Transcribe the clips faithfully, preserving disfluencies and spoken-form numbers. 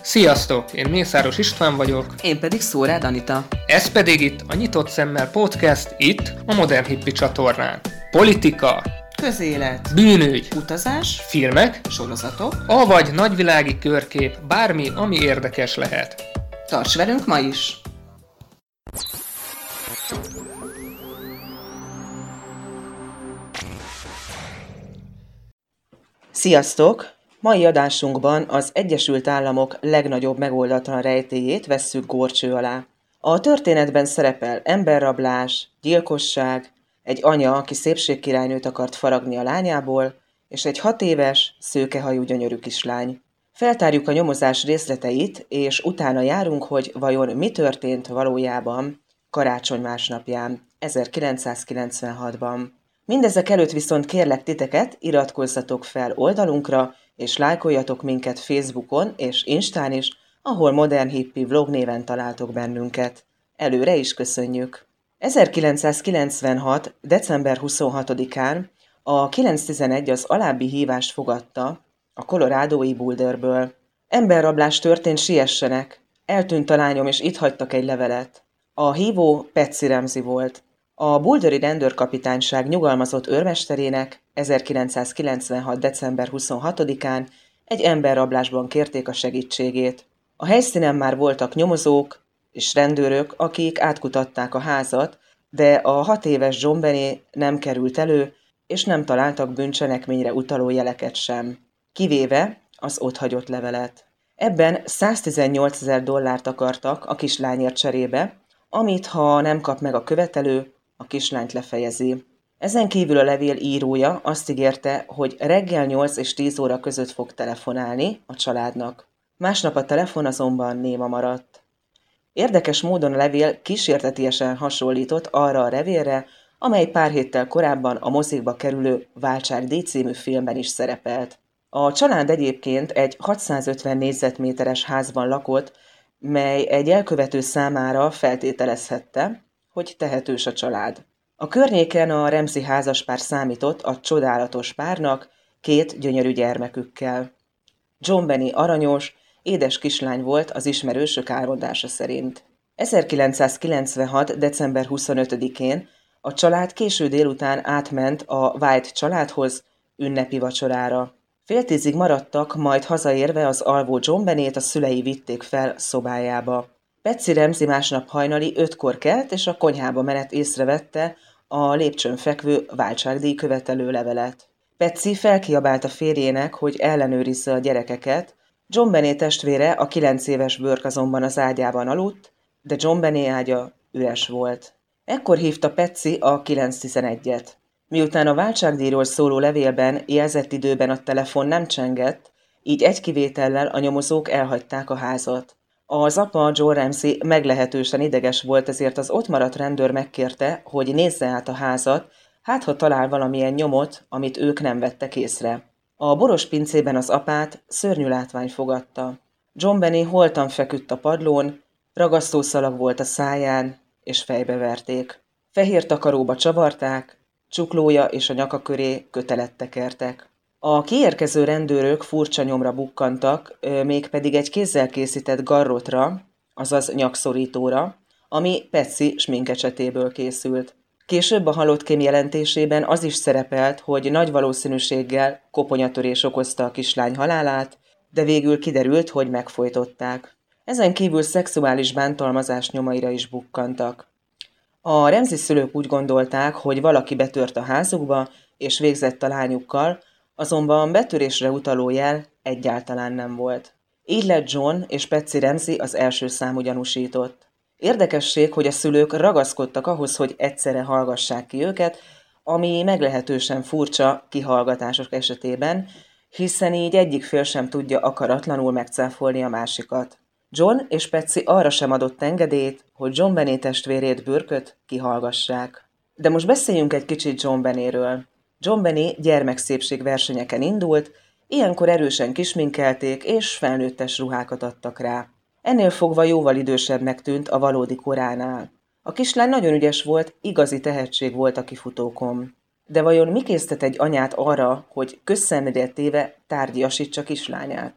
Sziasztok! Én Mészáros István vagyok. Én pedig Szórád Anita. Ez pedig itt a Nyitott Szemmel Podcast, itt a Modern Hippie csatornán. Politika, közélet, bűnügy, utazás, filmek, sorozatok, avagy nagyvilági körkép, bármi, ami érdekes lehet. Tarts velünk ma is! Sziasztok! Mai adásunkban az Egyesült Államok legnagyobb megoldatlan rejtélyét vesszük górcső alá. A történetben szerepel emberrablás, gyilkosság, egy anya, aki szépségkirálynőt akart faragni a lányából, és egy hat éves, szőkehajú gyönyörű kislány. Feltárjuk a nyomozás részleteit, és utána járunk, hogy vajon mi történt valójában karácsony másnapján, ezerkilencszázkilencvenhatban. Mindezek előtt viszont kérlek titeket, iratkozzatok fel oldalunkra, és lájkoljatok minket Facebookon és Instán is, ahol Modern Hippie vlog néven találtok bennünket. Előre is köszönjük! ezerkilencszázkilencvenhat. december huszonhatodikán a kilenc tizenegy az alábbi hívást fogadta a colorádói Boulderből. Emberrablás történt, siessenek! Eltűnt a lányom, és itt hagytak egy levelet. A hívó Patsy Ramsey volt. A Boulderi rendőrkapitányság nyugalmazott őrmesterének ezerkilencszázkilencvenhat. december huszonhatodikán egy emberrablásban kérték a segítségét. A helyszínen már voltak nyomozók és rendőrök, akik átkutatták a házat, de a hat éves John Benet nem került elő, és nem találtak bűncselekményre utaló jeleket sem, kivéve az otthagyott levelet. Ebben száztizennyolcezer dollárt akartak a kislányért cserébe, amit ha nem kap meg a követelő, a kislányt lefejezi. Ezen kívül a levél írója azt ígérte, hogy reggel nyolc és tíz óra között fog telefonálni a családnak. Másnap a telefon azonban néma maradt. Érdekes módon a levél kísértetiesen hasonlított arra a levélre, amely pár héttel korábban a mozikba kerülő Váltságdíj című filmben is szerepelt. A család egyébként egy hatszázötven négyzetméteres házban lakott, mely egy elkövető számára feltételezhette, hogy tehetős a család. A környéken a Ramsey házaspár számított a csodálatos párnak két gyönyörű gyermekükkel. John Benet aranyos, édes kislány volt az ismerősök álmodása szerint. ezerkilencszázkilencvenhat. december huszonötödikén a család késő délután átment a White családhoz ünnepi vacsorára. Fél tízig maradtak, majd hazaérve az alvó John Benet a szülei vitték fel szobájába. Patsy Ramsey másnap hajnali ötkor kelt, és a konyhába menet észrevette a lépcsőn fekvő váltságdíj követelő levelet. Patsy felkiabált a férjének, hogy ellenőrizze a gyerekeket. John Benet testvére, a kilenc éves Burke azonban az ágyában aludt, de John Benet ágya üres volt. Ekkor hívta Patsy a kilenc tizenegyet. Miután a váltságdíjról szóló levélben jelzett időben a telefon nem csengett, így egy kivétellel a nyomozók elhagyták a házat. Az apa, John Ramsey meglehetősen ideges volt, ezért az ott maradt rendőr megkérte, hogy nézze át a házat, hát ha talál valamilyen nyomot, amit ők nem vettek észre. A boros pincében az apát szörnyű látvány fogadta. John Benet holtan feküdt a padlón, ragasztószalag volt a száján, és fejbe verték. Fehér takaróba csavarták, csuklója és a nyaka köré kötelet tekertek. A kiérkező rendőrök furcsa nyomra bukkantak, mégpedig egy kézzel készített garrotra, azaz nyakszorítóra, ami Patsy sminkecsetéből készült. Később a halottkém jelentésében az is szerepelt, hogy nagy valószínűséggel koponyatörés okozta a kislány halálát, de végül kiderült, hogy megfojtották. Ezen kívül szexuális bántalmazás nyomaira is bukkantak. A Ramsey szülők úgy gondolták, hogy valaki betört a házukba és végzett a lányukkal, azonban betörésre utaló jel egyáltalán nem volt. Így lett John és Patsy Ramsey az első számú gyanúsított. Érdekesség, hogy a szülők ragaszkodtak ahhoz, hogy egyszerre hallgassák ki őket, ami meglehetősen furcsa kihallgatások esetében, hiszen így egyik fél sem tudja akaratlanul megcáfolni a másikat. John és Patsy arra sem adott engedélyt, hogy John Benet testvérét, Burke-öt kihallgassák. De most beszéljünk egy kicsit John Benetről. John Benet gyermekszépség versenyeken indult, ilyenkor erősen kisminkelték és felnőttes ruhákat adtak rá. Ennél fogva jóval idősebbnek tűnt a valódi koránál. A kislány nagyon ügyes volt, igazi tehetség volt a kifutókon. De vajon mi késztet egy anyát arra, hogy közszenvedélyt téve tárgyasítsa kislányát?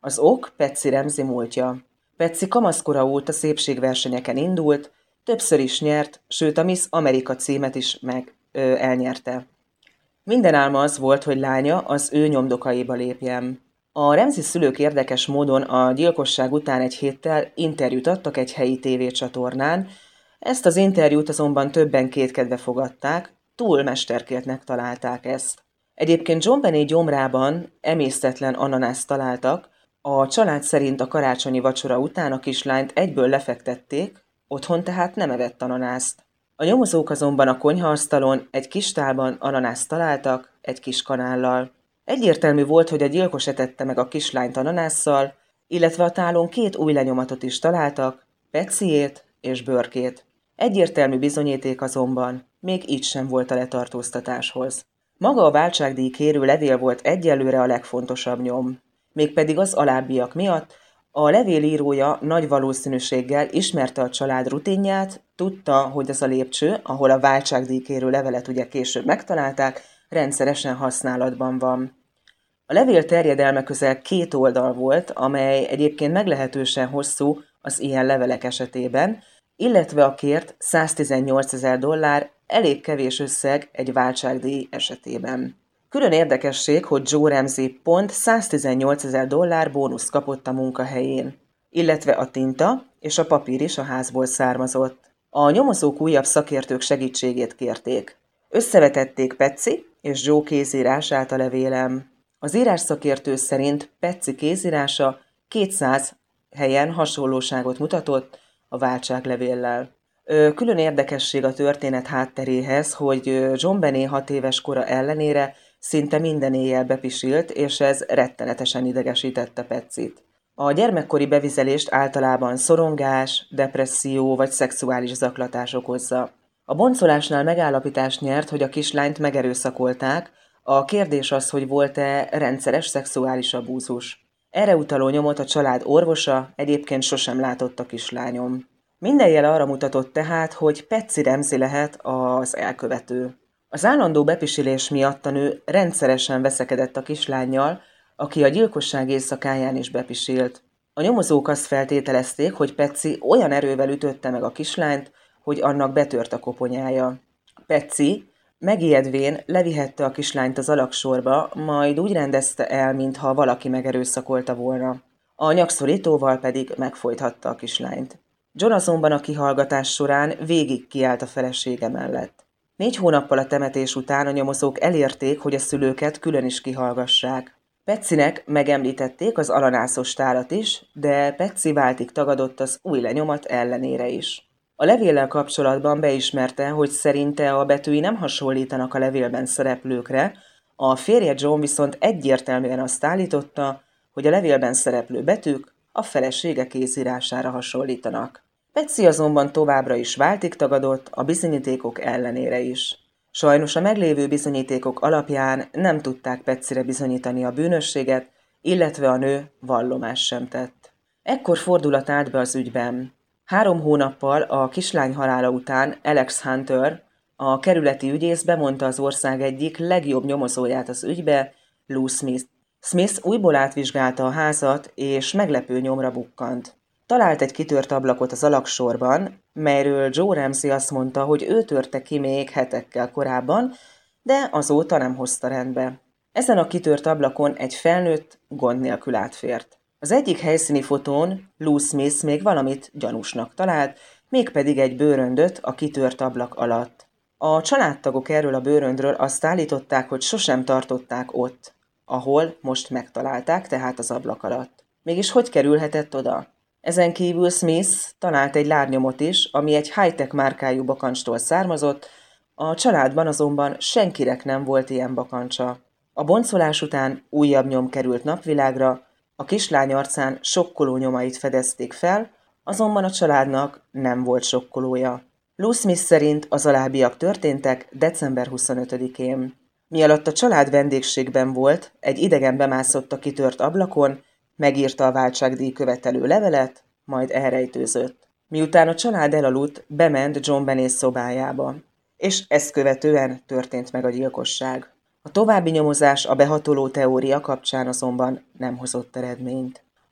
Az ok Patsy Ramsey múltja. Patsy kamaszkora óta szépségversenyeken indult, többször is nyert, sőt a Miss Amerika címet is meg ö, elnyerte. Minden álma az volt, hogy lánya az ő nyomdokaiba lépjen. A Ramsey szülők érdekes módon a gyilkosság után egy héttel interjút adtak egy helyi tévécsatornán, ezt az interjút azonban többen kétkedve fogadták, túl mesterkéltnek találták ezt. Egyébként John Benet gyomrában emésztetlen ananászt találtak, a család szerint a karácsonyi vacsora után a kislányt egyből lefektették, otthon tehát nem evett ananászt. A nyomozók azonban a konyhaasztalon egy kis tálban ananászt találtak, egy kis kanállal. Egyértelmű volt, hogy a gyilkos etette meg a kislányt ananásszal, illetve a tálon két új lenyomatot is találtak, Patsyjét és Burkét. Egyértelmű bizonyíték azonban még így sem volt a letartóztatáshoz. Maga a váltságdíj kérő levél volt egyelőre a legfontosabb nyom. Mégpedig az alábbiak miatt a levél írója nagy valószínűséggel ismerte a család rutinját, tudta, hogy az a lépcső, ahol a váltságdíj kérő levelet ugye később megtalálták, rendszeresen használatban van. A levél terjedelme közel két oldal volt, amely egyébként meglehetősen hosszú az ilyen levelek esetében, illetve a kért száztizennyolcezer dollár elég kevés összeg egy váltságdíj esetében. Külön érdekesség, hogy Joe Ramsey pont száztizennyolcezer dollár bónusz kapott a munkahelyén, illetve a tinta és a papír is a házból származott. A nyomozók újabb szakértők segítségét kérték. Összevetették Patsy és Joe kézírását a levélem. Az írásszakértő szerint Patsy kézírása kétszáz helyen hasonlóságot mutatott a váltságlevéllel. Külön érdekesség a történet hátteréhez, hogy John Benet hat éves kora ellenére szinte minden éjjel bepisilt, és ez rettenetesen idegesítette Patsyt. A gyermekkori bevizelést általában szorongás, depresszió vagy szexuális zaklatás okozza. A boncolásnál megállapítást nyert, hogy a kislányt megerőszakolták, a kérdés az, hogy volt-e rendszeres szexuális abúzus. Erre utaló nyomot a család orvosa egyébként sosem látott a kislányom. Minden jel arra mutatott tehát, hogy Patsy Ramsey lehet az elkövető. Az állandó bepisilés miatt a nő rendszeresen veszekedett a kislánnyal, aki a gyilkosság éjszakáján is bepisilt. A nyomozók azt feltételezték, hogy Patsy olyan erővel ütötte meg a kislányt, hogy annak betört a koponyája. Patsy megijedvén levihette a kislányt az alagsorba, majd úgy rendezte el, mintha valaki megerőszakolta volna. A nyakszorítóval pedig megfojthatta a kislányt. John azonban a kihallgatás során végig kiállt a felesége mellett. Négy hónappal a temetés után a nyomozók elérték, hogy a szülőket külön is kihallgassák. Patsynek megemlítették az ananászos tálat is, de Patsy váltig tagadott az új lenyomat ellenére is. A levéllel kapcsolatban beismerte, hogy szerinte a betűi nem hasonlítanak a levélben szereplőkre, a férje John viszont egyértelműen azt állította, hogy a levélben szereplő betűk a felesége kézírására hasonlítanak. Patsy azonban továbbra is váltig tagadott, a bizonyítékok ellenére is. Sajnos a meglévő bizonyítékok alapján nem tudták Patsyre bizonyítani a bűnösséget, illetve a nő vallomást sem tett. Ekkor fordulat állt be az ügyben. Három hónappal a kislány halála után Alex Hunter, a kerületi ügyész bemondta az ország egyik legjobb nyomozóját az ügybe, Lou Smith. Smith újból átvizsgálta a házat, és meglepő nyomra bukkant. Talált egy kitört ablakot az alagsorban, melyről Joe Ramsey azt mondta, hogy ő törte ki még hetekkel korábban, de azóta nem hozta rendbe. Ezen a kitört ablakon egy felnőtt gond nélkül átfért. Az egyik helyszíni fotón Lou Smith még valamit gyanúsnak talált, mégpedig egy bőröndöt a kitört ablak alatt. A családtagok erről a bőröndről azt állították, hogy sosem tartották ott, ahol most megtalálták, tehát az ablak alatt. Mégis hogy kerülhetett oda? Ezen kívül Smith talált egy lábnyomot is, ami egy high-tech márkájú bakancstól származott, a családban azonban senkinek nem volt ilyen bakancsa. A boncolás után újabb nyom került napvilágra, a kislány arcán sokkoló nyomait fedezték fel, azonban a családnak nem volt sokkolója. Lou Smith szerint az alábbiak történtek december huszonötödikén. Mi alatt a család vendégségben volt, egy idegen bemászott a kitört ablakon, megírta a váltságdíj követelő levelet, majd elrejtőzött. Miután a család elaludt, bement John Benet szobájába. És ezt követően történt meg a gyilkosság. A további nyomozás a behatoló teória kapcsán azonban nem hozott eredményt.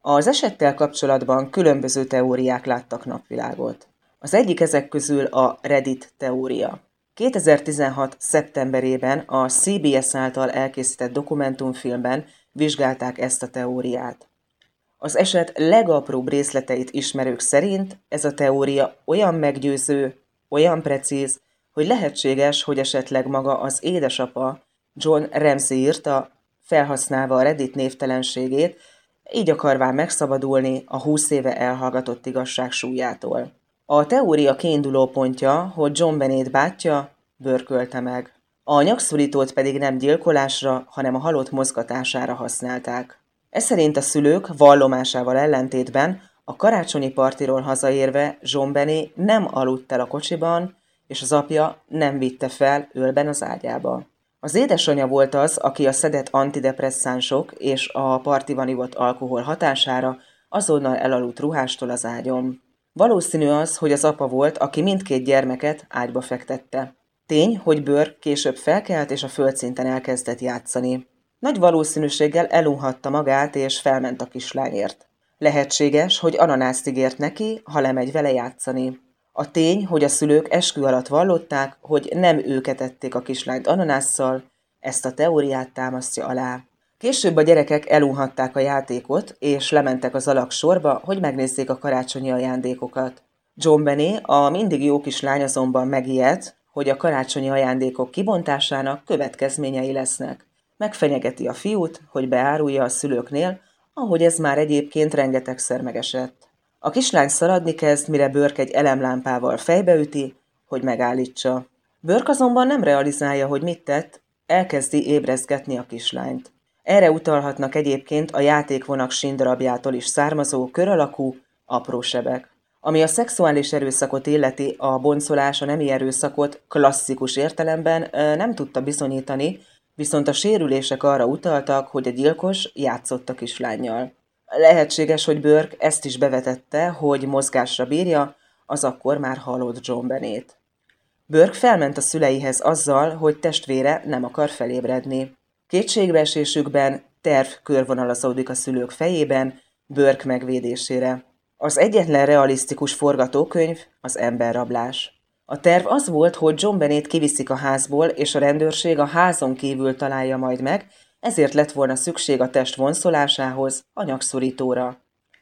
Az esettel kapcsolatban különböző teóriák láttak napvilágot. Az egyik ezek közül a Reddit teória. kétezer-tizenhat. szeptemberében a cé bé es által elkészített dokumentumfilmben vizsgálták ezt a teóriát. Az eset legapróbb részleteit ismerők szerint ez a teória olyan meggyőző, olyan precíz, hogy lehetséges, hogy esetleg maga az édesapa, John Ramsey írta, felhasználva a Reddit névtelenségét, így akarván megszabadulni a húsz éve elhallgatott igazság súlyától. A teória kiinduló pontja, hogy John Bennett bátyja Burke ölte meg. A nyakszorítót pedig nem gyilkolásra, hanem a halott mozgatására használták. Ez szerint a szülők vallomásával ellentétben a karácsonyi partiról hazaérve John Bennett nem aludt el a kocsiban, és az apja nem vitte fel ölben az ágyába. Az édesanyja volt az, aki a szedett antidepresszánsok és a partiban ivott alkohol hatására azonnal elaludt ruhástól az ágyon. Valószínű az, hogy az apa volt, aki mindkét gyermeket ágyba fektette. Tény, hogy Burke később felkelt és a földszinten elkezdett játszani. Nagy valószínűséggel elunhatta magát és felment a kislányért. Lehetséges, hogy ananászt ígért neki, ha lemegy vele játszani. A tény, hogy a szülők eskü alatt vallották, hogy nem ők etették a kislányt ananásszal, ezt a teóriát támasztja alá. Később a gyerekek elunhatták a játékot, és lementek az alak sorba, hogy megnézzék a karácsonyi ajándékokat. John Bennett, a mindig jó kislány azonban megijedt, hogy a karácsonyi ajándékok kibontásának következményei lesznek. Megfenyegeti a fiút, hogy beárulja a szülőknél, ahogy ez már egyébként rengetegszer megesett. A kislány szaladni kezd, mire Burke egy elemlámpával fejbeüti, hogy megállítsa. Burke azonban nem realizálja, hogy mit tett, elkezdi ébrezgetni a kislányt. Erre utalhatnak egyébként a játékvonak síndarabjától is származó kör alakú, apró sebek. Ami a szexuális erőszakot illeti, a boncolás a nemi erőszakot klasszikus értelemben nem tudta bizonyítani, viszont a sérülések arra utaltak, hogy a gyilkos játszott a kislánnyal. Lehetséges, hogy Burke ezt is bevetette, hogy mozgásra bírja az akkor már halott John Bennett. Burke felment a szüleihez azzal, hogy testvére nem akar felébredni. Kétségbeesésükben terv körvonalazódik a szülők fejében Burke megvédésére. Az egyetlen realisztikus forgatókönyv az emberrablás. A terv az volt, hogy John Bennett kiviszik a házból, és a rendőrség a házon kívül találja majd meg, ezért lett volna szükség a test vonszolásához, a nyakszorítóra.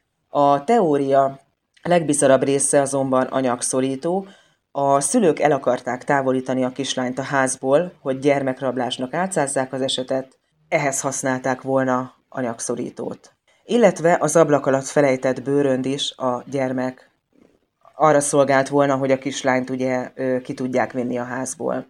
A teória legbizarabb része azonban a nyakszorító. A szülők el akarták távolítani a kislányt a házból, hogy gyermekrablásnak álcázzák az esetet, ehhez használták volna a nyakszorítót. Illetve az ablak alatt felejtett bőrönd is a gyermek arra szolgált volna, hogy a kislányt ugye ki tudják vinni a házból.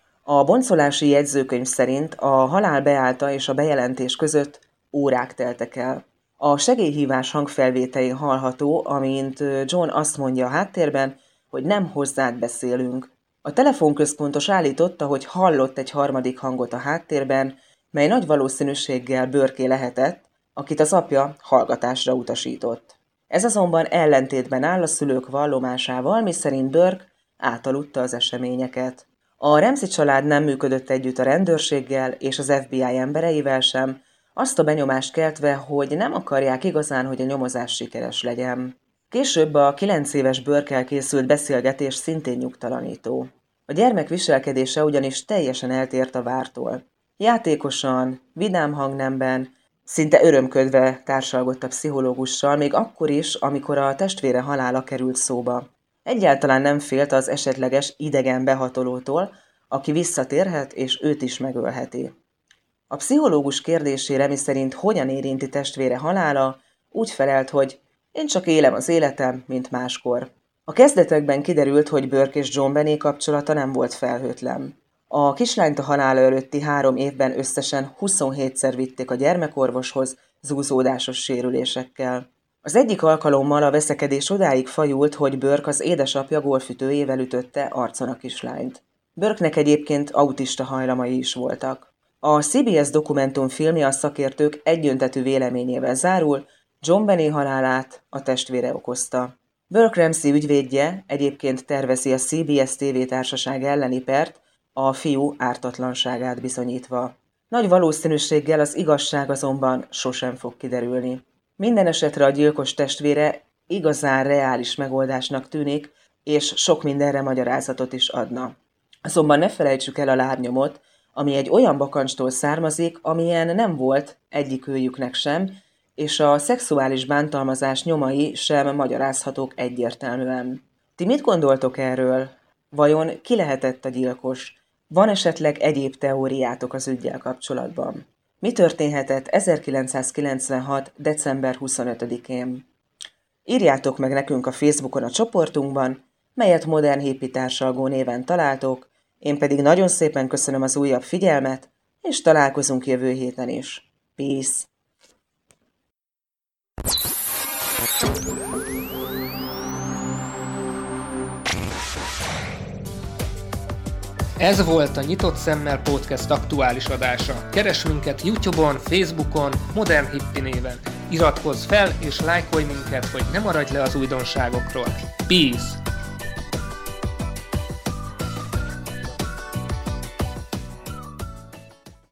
A boncolási jegyzőkönyv szerint a halál beállta és a bejelentés között órák teltek el. A segélyhívás hangfelvételén hallható, amint John azt mondja a háttérben, hogy nem hozzád beszélünk. A telefonközpontos állította, hogy hallott egy harmadik hangot a háttérben, mely nagy valószínűséggel Burke lehetett, akit az apja hallgatásra utasított. Ez azonban ellentétben áll a szülők vallomásával, miszerint Burke átaludta az eseményeket. A Ramsey család nem működött együtt a rendőrséggel és az ef bé i embereivel sem, azt a benyomást keltve, hogy nem akarják igazán, hogy a nyomozás sikeres legyen. Később a kilenc éves Burke-kel készült beszélgetés szintén nyugtalanító. A gyermek viselkedése ugyanis teljesen eltért a vártól. Játékosan, vidám hangnemben, szinte örömködve társalgott a pszichológussal, még akkor is, amikor a testvére halála került szóba. Egyáltalán nem félt az esetleges idegen behatolótól, aki visszatérhet és őt is megölheti. A pszichológus kérdésére, miszerint hogyan érinti testvére halála, úgy felelt, hogy én csak élem az életem, mint máskor. A kezdetekben kiderült, hogy Burke és John Bennett kapcsolata nem volt felhőtlen. A kislányt a halála előtti három évben összesen huszonhétszer vitték a gyermekorvoshoz zúzódásos sérülésekkel. Az egyik alkalommal a veszekedés odáig fajult, hogy Burke az édesapja golfütőjével ütötte arcon a kislányt. Burke-nek egyébként autista hajlamai is voltak. A cé bé es dokumentumfilmje a szakértők egyöntetű véleményével zárul, John Bennett halálát a testvére okozta. Burke Ramsey ügyvédje egyébként tervezi a cé bé es tévétársaság elleni pert, a fiú ártatlanságát bizonyítva. Nagy valószínűséggel az igazság azonban sosem fog kiderülni. Minden esetre a gyilkos testvére igazán reális megoldásnak tűnik, és sok mindenre magyarázatot is adna. Azonban ne felejtsük el a lábnyomot, ami egy olyan bakancstól származik, amilyen nem volt egyikőjüknek sem, és a szexuális bántalmazás nyomai sem magyarázhatók egyértelműen. Ti mit gondoltok erről? Vajon ki lehetett a gyilkos? Van esetleg egyéb teóriátok az üggyel kapcsolatban? Mi történhetett ezerkilencszázkilencvenhat. december huszonötödikén? Írjátok meg nekünk a Facebookon a csoportunkban, melyet Modern Hippie Társalgó néven találtok, én pedig nagyon szépen köszönöm az újabb figyelmet, és találkozunk jövő héten is. Peace! Ez volt a Nyitott Szemmel Podcast aktuális adása. Keresd minket YouTube-on, Facebookon, Modern Hippie néven. Iratkozz fel és lájkolj minket, hogy ne maradj le az újdonságokról. Peace!